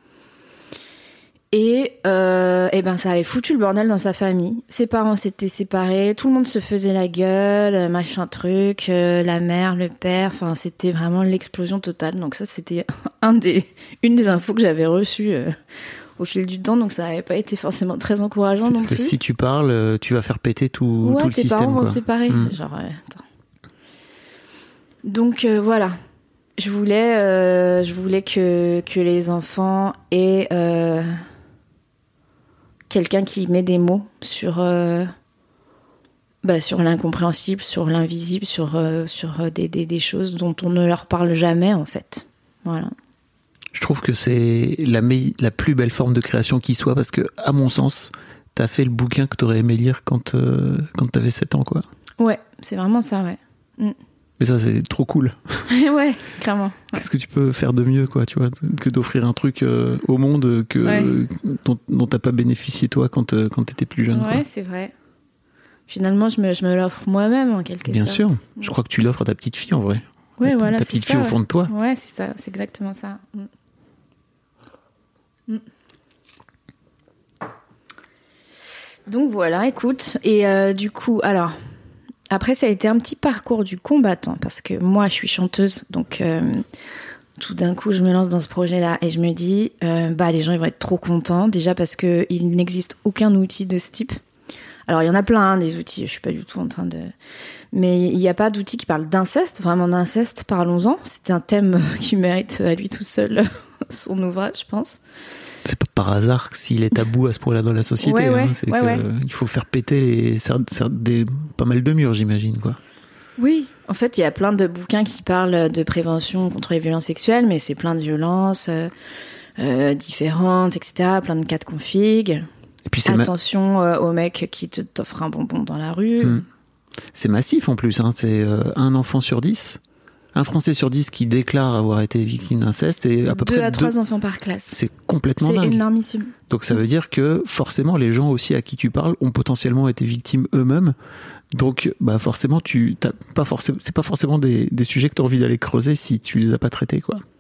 Et ça avait foutu le bordel dans sa famille. Ses parents s'étaient séparés, tout le monde se faisait la gueule, machin truc, la mère, le père, enfin c'était vraiment l'explosion totale. Donc ça c'était une des infos que j'avais reçues au fil du temps, donc ça n'avait pas été forcément très encourageant non plus. Si tu parles, tu vas faire péter tout le système. Tes parents vont quoi. se séparer. Attends. Donc voilà. Je voulais que les enfants aient quelqu'un qui met des mots sur l'incompréhensible, sur l'invisible, sur des choses dont on ne leur parle jamais en fait. Voilà. Je trouve que c'est la plus belle forme de création qui soit, parce que à mon sens, t'as fait le bouquin que t'aurais aimé lire quand t'avais 7 ans quoi. Ouais, c'est vraiment ça, ouais. Mais ça, c'est trop cool. Ouais, clairement. Ouais. Qu'est-ce que tu peux faire de mieux, quoi, tu vois, que d'offrir un truc au monde dont t'as pas bénéficié toi quand t'étais plus jeune. Ouais, quoi. C'est vrai. Finalement, je me l'offre moi-même en quelque sorte. Bien sûr. Je crois que tu l'offres à ta petite fille en vrai. Ouais, voilà. Ta petite fille au fond de toi. Ouais, c'est ça. C'est exactement ça. Donc voilà, écoute. Et du coup, alors. Après, ça a été un petit parcours du combattant, parce que moi, je suis chanteuse, donc tout d'un coup, je me lance dans ce projet-là et je me dis, les gens, ils vont être trop contents, déjà parce qu'il n'existe aucun outil de ce type. Alors, il y en a plein, des outils, je suis pas du tout en train de... Mais il n'y a pas d'outil qui parle d'inceste, vraiment d'inceste, parlons-en. C'est un thème qui mérite à lui tout seul son ouvrage, je pense. C'est pas par hasard s'il est tabou à ce point-là dans la société. Il faut faire péter pas mal de murs, j'imagine, quoi. Oui, en fait, il y a plein de bouquins qui parlent de prévention contre les violences sexuelles, mais c'est plein de violences différentes, etc. Plein de cas de config. Et puis attention au mec qui t'offre un bonbon dans la rue. C'est massif en plus, hein. C'est un enfant sur 10. Un Français sur 10 qui déclare avoir été victime d'inceste, et à peu près 2 à 3 enfants par classe. C'est complètement dingue. C'est énormissime. Donc ça veut dire que forcément les gens aussi à qui tu parles ont potentiellement été victimes eux-mêmes. Donc forcément c'est pas forcément des sujets que tu as envie d'aller creuser si tu les as pas traités, quoi.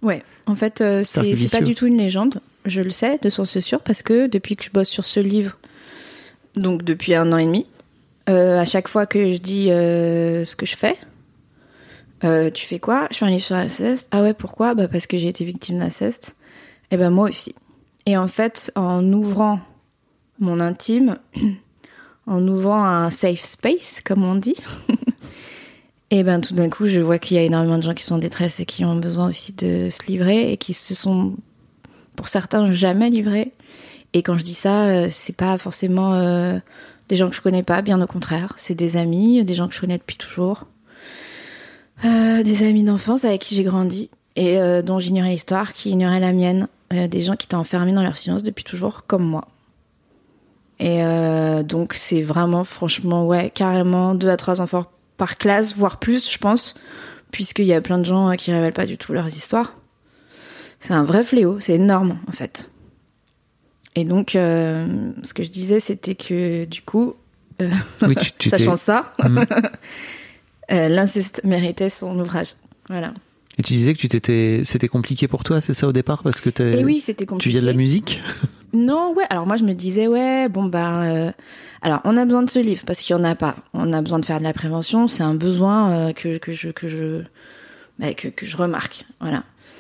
Ouais, en fait, c'est pas vicieux. du tout une légende. Je le sais de source sûre parce que depuis que je bosse sur ce livre, donc depuis 1 an et demi, à chaque fois que je dis ce que je fais, tu fais quoi ? Je fais un livre sur l'inceste. Ah ouais, pourquoi ? Bah parce que j'ai été victime d'inceste. Et ben moi aussi. Et en fait, en ouvrant mon intime, en ouvrant un safe space, comme on dit, et ben tout d'un coup, je vois qu'il y a énormément de gens qui sont en détresse et qui ont besoin aussi de se livrer et qui se sont, pour certains, jamais livrés. Et quand je dis ça, c'est pas forcément des gens que je connais pas, bien au contraire. C'est des amis, des gens que je connais depuis toujours. Des amis d'enfance avec qui j'ai grandi et dont j'ignorais l'histoire, qui ignoraient la mienne. Des gens qui étaient enfermés dans leur silence depuis toujours, comme moi. Et donc c'est vraiment, franchement, ouais, carrément 2 à 3 enfants par classe, voire plus, je pense, puisqu'il y a plein de gens qui révèlent pas du tout leurs histoires. C'est un vrai fléau, c'est énorme, en fait. Et donc, ce que je disais, c'était que, du coup, Oui, sachant ça, l'inceste méritait son ouvrage. Voilà. Et tu disais que c'était compliqué pour toi, c'est ça au départ, parce que Et oui, c'était compliqué. tu viens de la musique. Non, ouais. Alors moi, je me disais, ouais, bon alors on a besoin de ce livre parce qu'il y en a pas. On a besoin de faire de la prévention. C'est un besoin que je remarque. Voilà.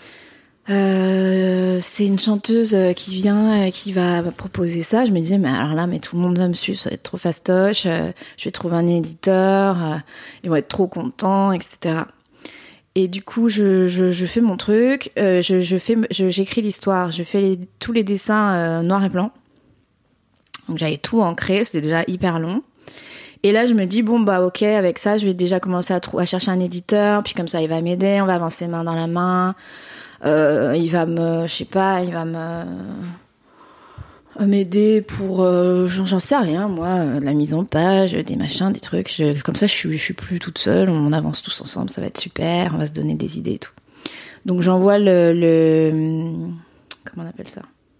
C'est une chanteuse qui vient, qui va proposer ça. Je me disais, mais alors là, mais tout le monde va me suivre, ça va être trop fastoche. Je vais trouver un éditeur, ils vont être trop contents, etc. Et du coup, je fais mon truc, j'écris l'histoire, je fais tous les dessins noir et blanc. Donc j'avais tout ancré, c'était déjà hyper long. Et là, je me dis, bon, bah ok, avec ça, je vais déjà commencer à chercher un éditeur, puis comme ça, il va m'aider, on va avancer main dans la main. Il va m'aider pour, j'en sais rien, moi, de la mise en page, des machins, des trucs. Comme ça, je suis plus toute seule, on avance tous ensemble, ça va être super, on va se donner des idées et tout. Donc j'envoie comment on appelle ça ?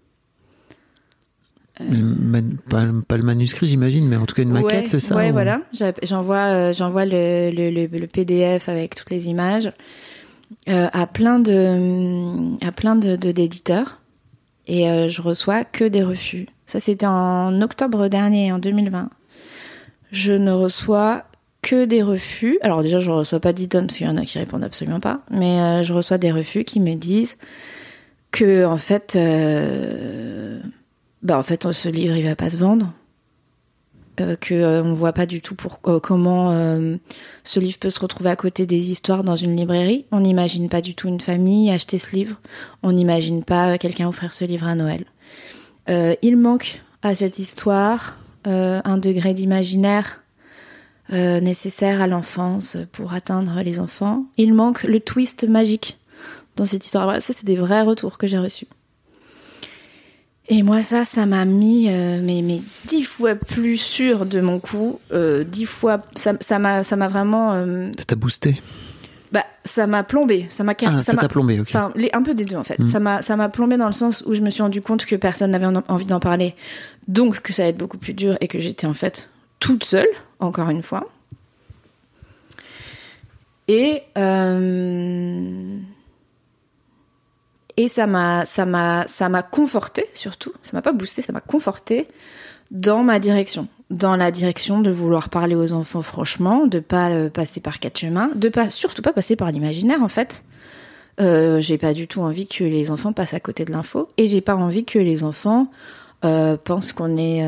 Pas le manuscrit, j'imagine, mais en tout cas une maquette, c'est ça ? Ouais, voilà. J'envoie le PDF avec toutes les images à plein d'éditeurs. Et je reçois que des refus. Ça, c'était en octobre dernier, en 2020. Je ne reçois que des refus. Alors déjà, je ne reçois pas d'e-tonnes, parce qu'il y en a qui répondent absolument pas. Mais je reçois des refus qui me disent que, en fait, ce livre, il va pas se vendre. On voit pas du tout comment ce livre peut se retrouver à côté des histoires dans une librairie. On n'imagine pas du tout une famille acheter ce livre. On n'imagine pas quelqu'un offrir ce livre à Noël. Il manque à cette histoire un degré d'imaginaire nécessaire à l'enfance pour atteindre les enfants. Il manque le twist magique dans cette histoire. Voilà, ça, c'est des vrais retours que j'ai reçus. Et moi, ça m'a mis mais 10 fois plus sûr de mon coup, 10 fois, ça m'a vraiment. Ça t'a boosté. Bah, ça m'a plombé, ça t'a plombé, ok. Enfin, un peu des deux en fait. Ça m'a plombé dans le sens où je me suis rendu compte que personne n'avait envie d'en parler, donc que ça allait être beaucoup plus dur et que j'étais en fait toute seule, encore une fois. Et ça m'a confortée, surtout. Ça m'a pas boosté, ça m'a confortée dans ma direction. Dans la direction de vouloir parler aux enfants franchement, de pas passer par 4 chemins, surtout pas passer par l'imaginaire, en fait. J'ai pas du tout envie que les enfants passent à côté de l'info. Et j'ai pas envie que les enfants pensent qu'on est...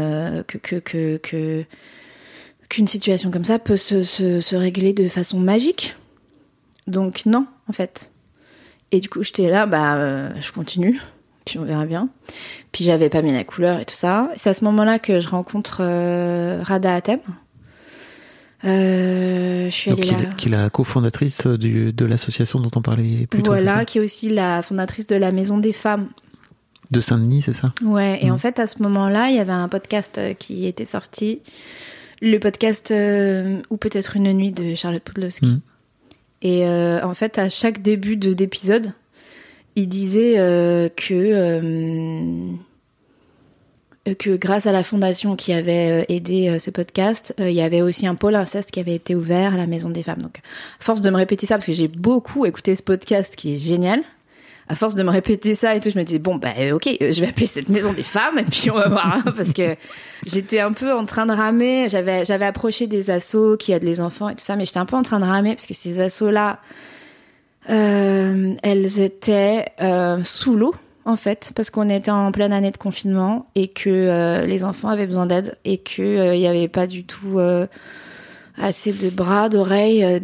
qu'une situation comme ça peut se régler de façon magique. Donc non, en fait. Et du coup, j'étais là, je continue, puis on verra bien. Puis j'avais pas mis la couleur et tout ça. C'est à ce moment-là que je rencontre Radha Hatem. Je suis allée là. Qui est la cofondatrice de l'association dont on parlait plus tôt. Voilà, qui est aussi la fondatrice de la Maison des Femmes. De Saint-Denis, c'est ça ? Ouais, et en fait, à ce moment-là, il y avait un podcast qui était sorti. Le podcast Ou peut-être une nuit de Charlotte Pudlowski. Et en fait, à chaque début d'épisode, il disait que grâce à la fondation qui avait aidé ce podcast, il y avait aussi un pôle inceste qui avait été ouvert à la Maison des Femmes. Donc, à force de me répéter ça, parce que j'ai beaucoup écouté ce podcast qui est génial, à force de me répéter ça et tout, je me disais bon ok, je vais appeler cette maison des femmes et puis on va voir, hein, parce que j'étais un peu en train de ramer. J'avais approché des assos qui aident les enfants et tout ça, mais j'étais un peu en train de ramer parce que ces assos là, elles étaient sous l'eau en fait, parce qu'on était en pleine année de confinement et que les enfants avaient besoin d'aide et que il y avait pas du tout assez de bras, d'oreilles,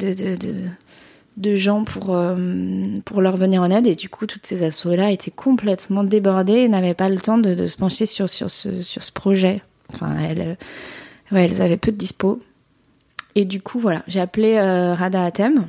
de gens pour leur venir en aide, et du coup toutes ces assos-là étaient complètement débordées et n'avaient pas le temps de se pencher sur ce projet. Enfin, elles avaient peu de dispo. Et du coup, voilà, j'ai appelé Rada Hatem.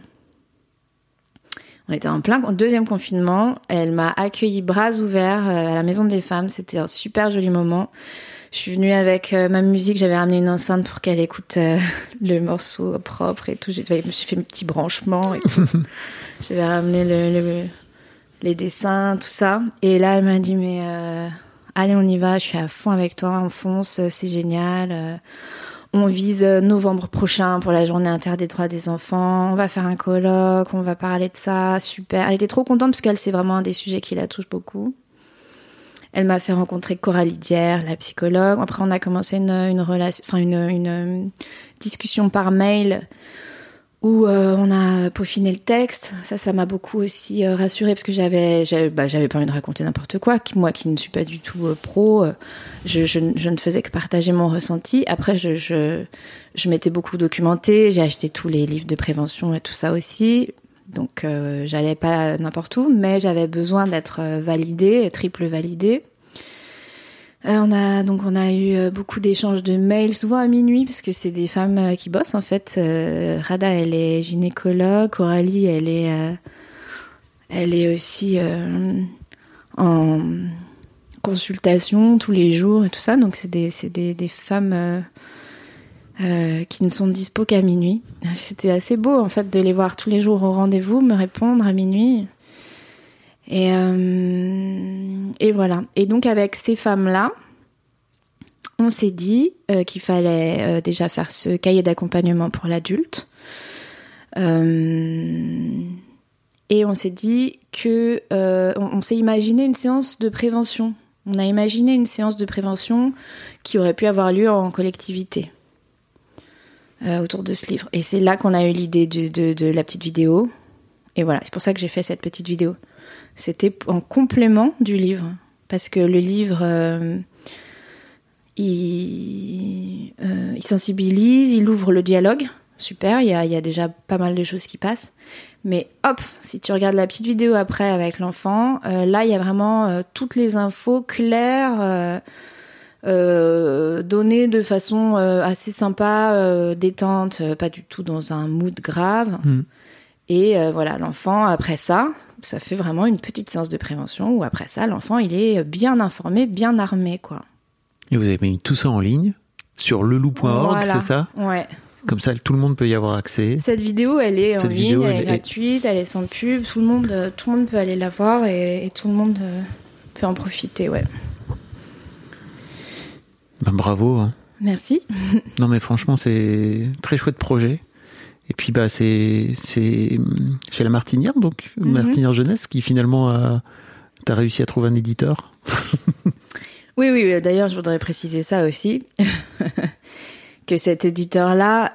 On était en plein deuxième confinement. Elle m'a accueilli bras ouverts à la Maison des Femmes. C'était un super joli moment. Je suis venue avec ma musique, j'avais ramené une enceinte pour qu'elle écoute le morceau propre et tout. Je me suis fait mes petits branchements et tout. J'avais ramené les dessins, tout ça. Et là, elle m'a dit, mais allez, on y va, je suis à fond avec toi, on fonce, c'est génial. On vise novembre prochain pour la journée inter des droits des enfants. On va faire un colloque, on va parler de ça, super. Elle était trop contente parce qu'elle, c'est vraiment un des sujets qui la touche beaucoup. Elle m'a fait rencontrer Coralie Dière, la psychologue. Après, on a commencé une discussion par mail où on a peaufiné le texte. Ça m'a beaucoup aussi rassurée parce que j'avais pas envie de raconter n'importe quoi. Moi, qui ne suis pas du tout pro, je ne faisais que partager mon ressenti. Après, je m'étais beaucoup documentée. J'ai acheté tous les livres de prévention et tout ça aussi. Donc, j'allais pas n'importe où, mais j'avais besoin d'être validée, triple validée. On a eu beaucoup d'échanges de mails, souvent à minuit, parce que c'est des femmes qui bossent, en fait. Rada, elle est gynécologue. Coralie, elle est aussi en consultation tous les jours et tout ça. Donc, c'est des femmes qui ne sont dispo qu'à minuit. C'était assez beau, en fait, de les voir tous les jours au rendez-vous, me répondre à minuit. Et voilà. Et donc, avec ces femmes-là, on s'est dit qu'il fallait déjà faire ce cahier d'accompagnement pour l'adulte. Et on s'est dit que on s'est imaginé une séance de prévention. On a imaginé une séance de prévention qui aurait pu avoir lieu en collectivité autour de ce livre. Et c'est là qu'on a eu l'idée de la petite vidéo. Et voilà, c'est pour ça que j'ai fait cette petite vidéo. C'était en complément du livre. Parce que le livre, il sensibilise, il ouvre le dialogue. Super, il y a déjà pas mal de choses qui passent. Mais hop, si tu regardes la petite vidéo après avec l'enfant, là, il y a vraiment toutes les infos claires, données de façon assez sympa, détente, pas du tout dans un mood grave. Et voilà, l'enfant, après ça fait vraiment une petite séance de prévention où après ça, l'enfant, il est bien informé, bien armé, quoi. Et vous avez mis tout ça en ligne sur leloup.org, voilà. C'est ça ? Ouais. Comme ça, tout le monde peut y avoir accès. Cette vidéo, elle est en ligne, elle est gratuite, elle est sans pub. Tout le monde peut aller la voir et tout le monde peut en profiter, ouais. Ben, bravo. Hein. Merci. Non, mais franchement, c'est très chouette projet. Et puis, bah, c'est chez La Martinière, donc, Martinière Jeunesse, qui finalement t'as réussi à trouver un éditeur. Oui. D'ailleurs, je voudrais préciser ça aussi. Que cet éditeur-là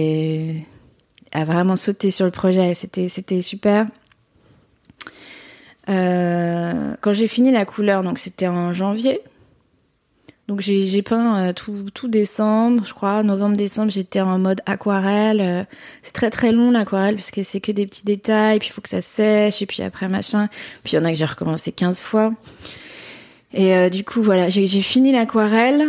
a vraiment sauté sur le projet. C'était super. Quand j'ai fini la couleur, donc c'était en janvier. Donc j'ai peint tout décembre, je crois, novembre-décembre, j'étais en mode aquarelle. C'est très très long l'aquarelle parce que c'est que des petits détails, puis il faut que ça sèche, et puis après machin. Puis il y en a que j'ai recommencé 15 fois. Et du coup, voilà, j'ai fini l'aquarelle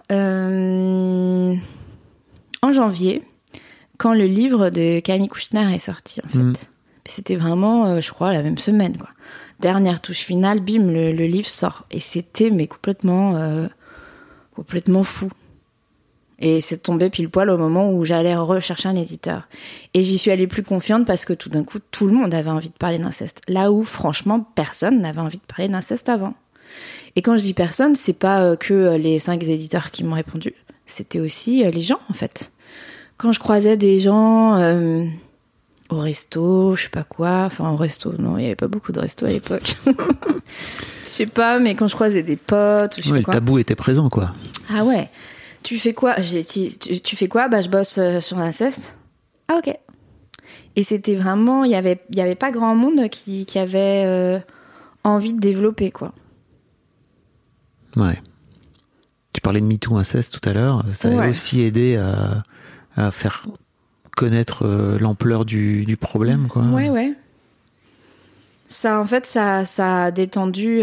en janvier, quand le livre de Camille Kouchner est sorti, en fait. C'était vraiment, je crois, la même semaine, quoi. Dernière touche finale, bim, le livre sort. Et c'était complètement fou. Et c'est tombé pile poil au moment où j'allais rechercher un éditeur. Et j'y suis allée plus confiante parce que tout d'un coup, tout le monde avait envie de parler d'inceste. Là où, franchement, personne n'avait envie de parler d'inceste avant. Et quand je dis personne, c'est pas que les 5 éditeurs qui m'ont répondu. C'était aussi les gens, en fait. Quand je croisais des gens au resto, je sais pas quoi. Enfin, au resto, non, il y avait pas beaucoup de restos à l'époque. Je sais pas, mais quand je croisais des potes ou je sais pas Le quoi. tabou était présent, quoi. Ah ouais. Tu fais quoi ? Tu fais quoi ? Bah, je bosse sur l'inceste. Ah, ok. Et c'était vraiment... Il y avait pas grand monde qui avait envie de développer, quoi. Ouais. Tu parlais de MeToo inceste tout à l'heure. Ça a aussi aidé à faire connaître l'ampleur du problème, quoi. Ouais. Ça, en fait, ça a détendu...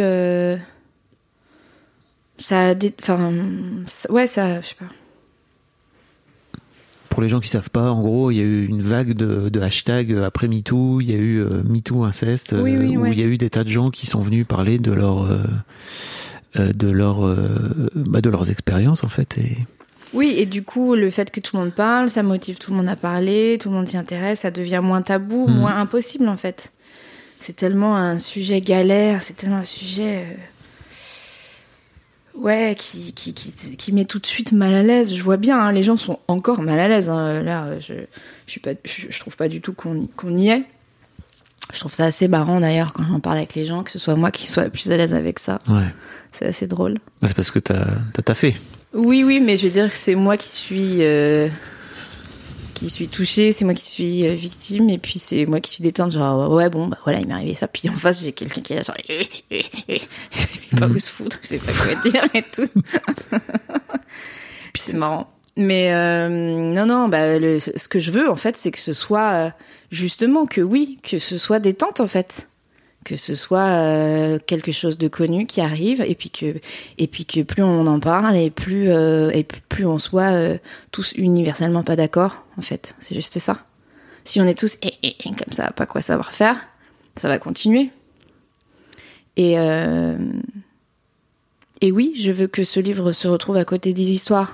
ça, je sais pas. Pour les gens qui savent pas, en gros, il y a eu une vague de hashtags après MeToo. Il y a eu MeToo inceste, où il y a eu des tas de gens qui sont venus parler de leurs expériences, en fait. Oui, et du coup, le fait que tout le monde parle, ça motive tout le monde à parler, tout le monde s'y intéresse, ça devient moins tabou, moins impossible, en fait. C'est tellement un sujet galère, c'est tellement un sujet... qui met tout de suite mal à l'aise. Je vois bien, hein, les gens sont encore mal à l'aise. Hein. Là, je trouve pas du tout qu'on y est. Je trouve ça assez marrant d'ailleurs quand j'en parle avec les gens, que ce soit moi qui sois la plus à l'aise avec ça. Ouais. C'est assez drôle. C'est parce que t'as taffé. Oui, mais je veux dire que c'est moi qui suis touchée, c'est moi qui suis victime, et puis c'est moi qui suis détente, genre ouais bon bah voilà, il m'est arrivé ça, puis en face j'ai quelqu'un qui est là genre je sais pas où se foutre, je sais pas quoi dire et tout. Puis c'est marrant. Mais non, bah ce que je veux en fait, c'est que ce soit justement que ce soit détente en fait. Que ce soit quelque chose de connu qui arrive, et puis que plus on en parle et plus on soit tous universellement pas d'accord, en fait. C'est juste ça. Si on est tous comme ça, pas quoi savoir faire, ça va continuer. Et oui, je veux que ce livre se retrouve à côté des histoires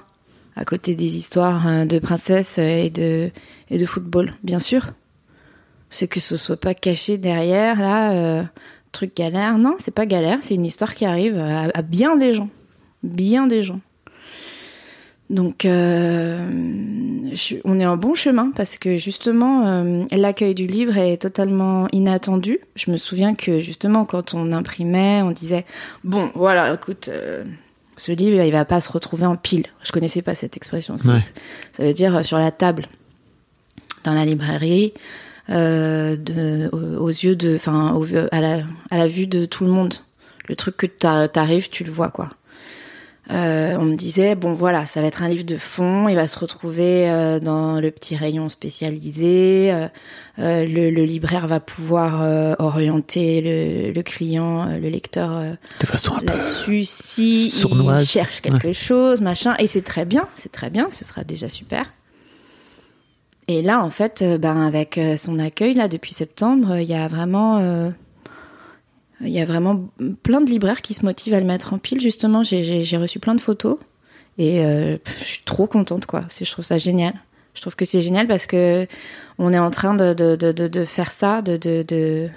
de princesses et de football, bien sûr. C'est que ce soit pas caché derrière, là, truc galère. Non, c'est pas galère, c'est une histoire qui arrive à bien des gens. Bien des gens. Donc, on est en bon chemin parce que, justement, l'accueil du livre est totalement inattendu. Je me souviens que, justement, quand on imprimait, on disait « Bon, voilà, écoute... ce livre, il va pas se retrouver en pile. » Je connaissais pas cette expression. Ouais. Ça veut dire sur la table, dans la librairie... aux yeux de, enfin, à la vue de tout le monde. Le truc que t'arrives, tu le vois, quoi. On me disait, bon, voilà, ça va être un livre de fond, il va se retrouver dans le petit rayon spécialisé, le libraire va pouvoir orienter le client, le lecteur De façon un peu là-dessus, si sournoise. Il cherche quelque chose, machin, et c'est très bien, ce sera déjà super. Et là, en fait, avec son accueil, là, depuis septembre, il y a vraiment plein de libraires qui se motivent à le mettre en pile, justement. J'ai reçu plein de photos et je suis trop contente, quoi. Je trouve ça génial. Je trouve que c'est génial parce que on est en train de faire ça, de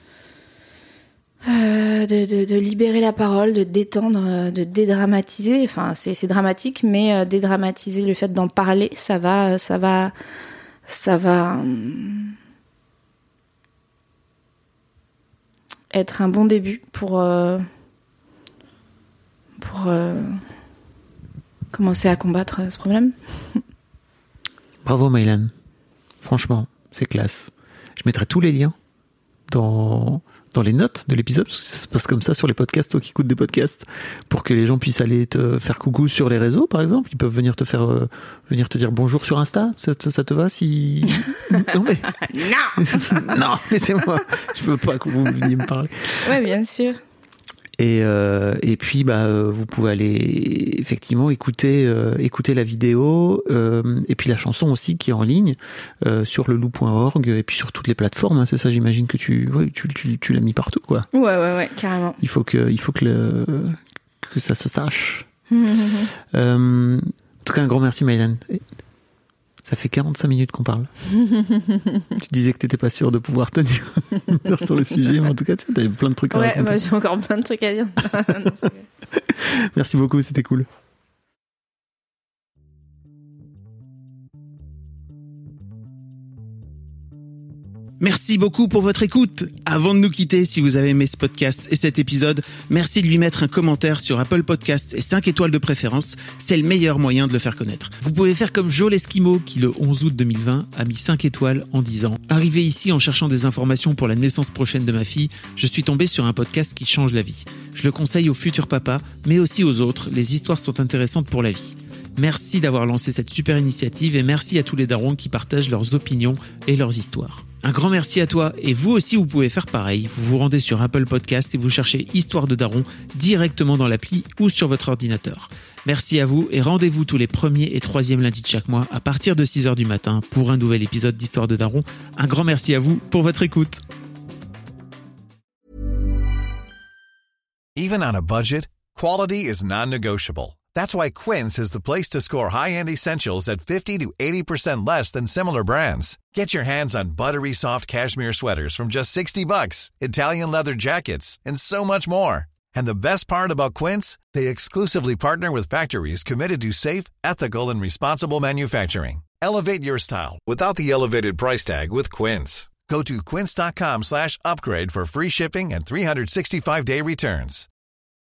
libérer la parole, de détendre, de dédramatiser. Enfin, c'est dramatique, mais dédramatiser le fait d'en parler, ça va être un bon début pour commencer à combattre ce problème. Bravo Maïlan. Franchement, c'est classe. Je mettrai tous les liens dans les notes de l'épisode, parce que ça se passe comme ça sur les podcasts, toi qui écoutes des podcasts, pour que les gens puissent aller te faire coucou sur les réseaux, par exemple. Ils peuvent venir te dire bonjour sur Insta. Ça te va si... Non, mais... Non. Non, laissez-moi. Je veux pas que vous veniez me parler. Ouais, bien sûr. Et puis vous pouvez aller effectivement écouter la vidéo et puis la chanson aussi qui est en ligne sur leloup.org et puis sur toutes les plateformes, hein, c'est ça, j'imagine que tu l'as mis partout, quoi. Ouais, carrément. Il faut que ça se sache. En tout cas, un grand merci Maïlan. Ça fait 45 minutes qu'on parle. Tu disais que t'étais pas sûr de pouvoir tenir sur le sujet, mais en tout cas, tu avais plein de trucs à raconter. Ouais, moi j'ai encore plein de trucs à dire. Merci beaucoup, c'était cool. Merci beaucoup pour votre écoute. Avant de nous quitter, si vous avez aimé ce podcast et cet épisode, merci de lui mettre un commentaire sur Apple Podcasts et 5 étoiles de préférence. C'est le meilleur moyen de le faire connaître. Vous pouvez faire comme Joe l'Esquimau qui, le 11 août 2020, a mis 5 étoiles en disant « Arrivé ici en cherchant des informations pour la naissance prochaine de ma fille, je suis tombé sur un podcast qui change la vie. Je le conseille aux futurs papas, mais aussi aux autres. Les histoires sont intéressantes pour la vie. » Merci d'avoir lancé cette super initiative et merci à tous les darons qui partagent leurs opinions et leurs histoires. Un grand merci à toi et vous aussi vous pouvez faire pareil. Vous vous rendez sur Apple Podcast et vous cherchez Histoire de Daron directement dans l'appli ou sur votre ordinateur. Merci à vous et rendez-vous tous les 1er et 3e lundis de chaque mois à partir de 6h du matin pour un nouvel épisode d'Histoire de Daron. Un grand merci à vous pour votre écoute. Even on a budget, quality is non-negotiable. That's why Quince is the place to score high-end essentials at 50 to 80% less than similar brands. Get your hands on buttery soft cashmere sweaters from just $60, Italian leather jackets, and so much more. And the best part about Quince, they exclusively partner with factories committed to safe, ethical, and responsible manufacturing. Elevate your style without the elevated price tag with Quince. Go to quince.com/upgrade for free shipping and 365-day returns.